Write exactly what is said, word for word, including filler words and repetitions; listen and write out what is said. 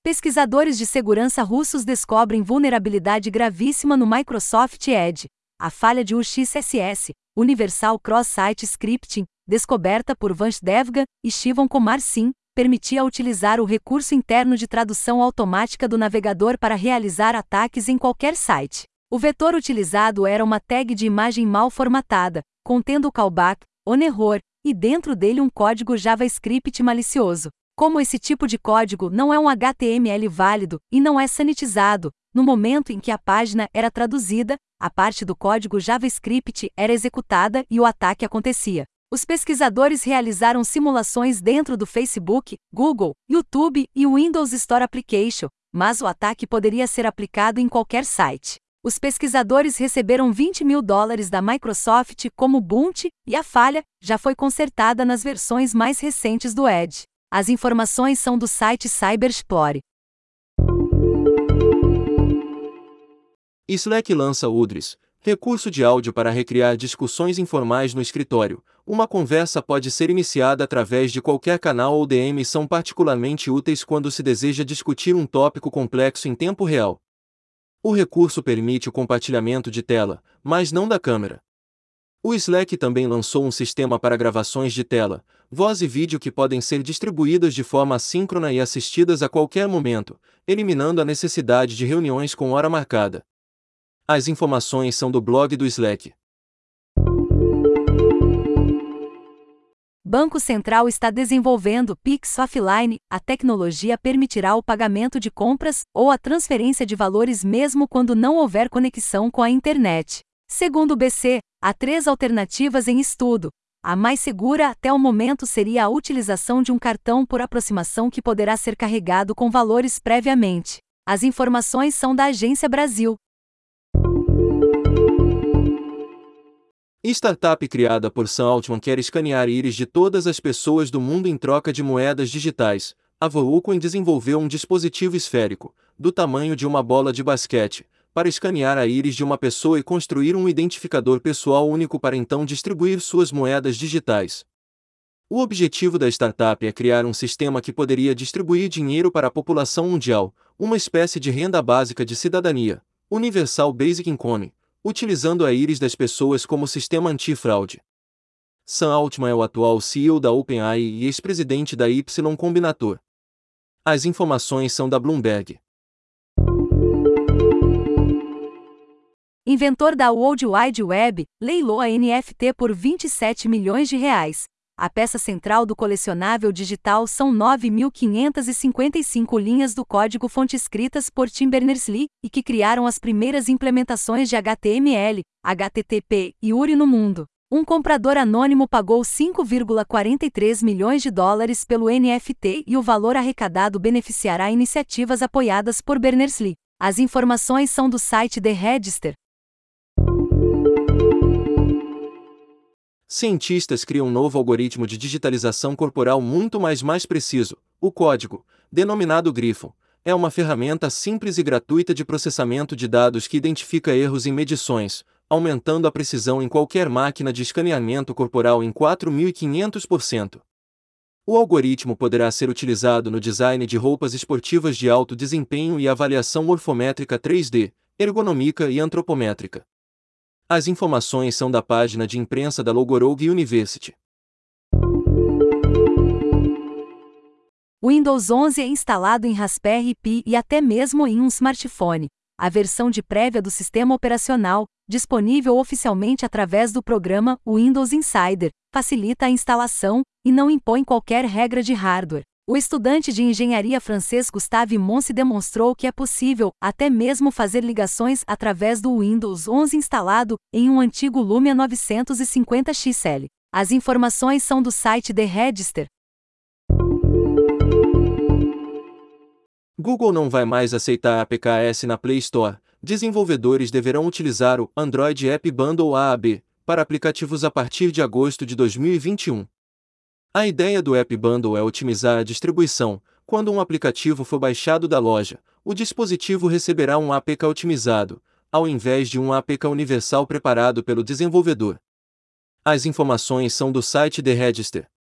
Pesquisadores de segurança russos descobrem vulnerabilidade gravíssima no Microsoft Edge. A falha de U X S S, Universal Cross-Site Scripting, descoberta por Vansh Devgan e Shivam Kumar Singh, permitia utilizar o recurso interno de tradução automática do navegador para realizar ataques em qualquer site. O vetor utilizado era uma tag de imagem mal formatada, contendo o callback, on error, e dentro dele um código JavaScript malicioso. Como esse tipo de código não é um H T M L válido e não é sanitizado, no momento em que a página era traduzida, a parte do código JavaScript era executada e o ataque acontecia. Os pesquisadores realizaram simulações dentro do Facebook, Google, YouTube e Windows Store Application, mas o ataque poderia ser aplicado em qualquer site. Os pesquisadores receberam vinte mil dólares da Microsoft como bounty e a falha já foi consertada nas versões mais recentes do Edge. As informações são do site CyberExplorer. Slack lança Udris, recurso de áudio para recriar discussões informais no escritório. Uma conversa pode ser iniciada através de qualquer canal ou D M e são particularmente úteis quando se deseja discutir um tópico complexo em tempo real. O recurso permite o compartilhamento de tela, mas não da câmera. O Slack também lançou um sistema para gravações de tela, voz e vídeo que podem ser distribuídas de forma assíncrona e assistidas a qualquer momento, eliminando a necessidade de reuniões com hora marcada. As informações são do blog do Slack. Banco Central está desenvolvendo Pix Offline. A tecnologia permitirá o pagamento de compras ou a transferência de valores mesmo quando não houver conexão com a internet. Segundo o B C, há três alternativas em estudo. A mais segura até o momento seria a utilização de um cartão por aproximação que poderá ser carregado com valores previamente. As informações são da Agência Brasil. Startup criada por Sam Altman quer escanear íris de todas as pessoas do mundo em troca de moedas digitais. A Volcoin desenvolveu um dispositivo esférico, do tamanho de uma bola de basquete, para escanear a íris de uma pessoa e construir um identificador pessoal único para então distribuir suas moedas digitais. O objetivo da startup é criar um sistema que poderia distribuir dinheiro para a população mundial, uma espécie de renda básica de cidadania, Universal Basic Income, utilizando a íris das pessoas como sistema antifraude. Sam Altman é o atual C E O da OpenAI e ex-presidente da Y Combinator. As informações são da Bloomberg. Inventor da World Wide Web, leiloa N F T por vinte e sete milhões de reais. A peça central do colecionável digital são nove mil quinhentas e cinquenta e cinco linhas do código-fonte escritas por Tim Berners-Lee e que criaram as primeiras implementações de H T M L, H T T P e U R I no mundo. Um comprador anônimo pagou cinco vírgula quarenta e três milhões de dólares pelo N F T e o valor arrecadado beneficiará iniciativas apoiadas por Berners-Lee. As informações são do site The Register. Cientistas criam um novo algoritmo de digitalização corporal muito mais mais preciso. O código, denominado Griffon, é uma ferramenta simples e gratuita de processamento de dados que identifica erros em medições, aumentando a precisão em qualquer máquina de escaneamento corporal em quatro mil e quinhentos por cento. O algoritmo poderá ser utilizado no design de roupas esportivas de alto desempenho e avaliação morfométrica três D, ergonômica e antropométrica. As informações são da página de imprensa da Logorog University. Windows onze é instalado em Raspberry Pi e até mesmo em um smartphone. A versão de prévia do sistema operacional, disponível oficialmente através do programa Windows Insider, facilita a instalação e não impõe qualquer regra de hardware. O estudante de engenharia francês Gustave Monsi demonstrou que é possível até mesmo fazer ligações através do Windows onze instalado em um antigo Lumia novecentos e cinquenta X L. As informações são do site The Register. Google não vai mais aceitar A P K S na Play Store. Desenvolvedores deverão utilizar o Android App Bundle A A B para aplicativos a partir de agosto de dois mil e vinte e um. A ideia do App Bundle é otimizar a distribuição. Quando um aplicativo for baixado da loja, o dispositivo receberá um A P K otimizado, ao invés de um A P K universal preparado pelo desenvolvedor. As informações são do site The Register.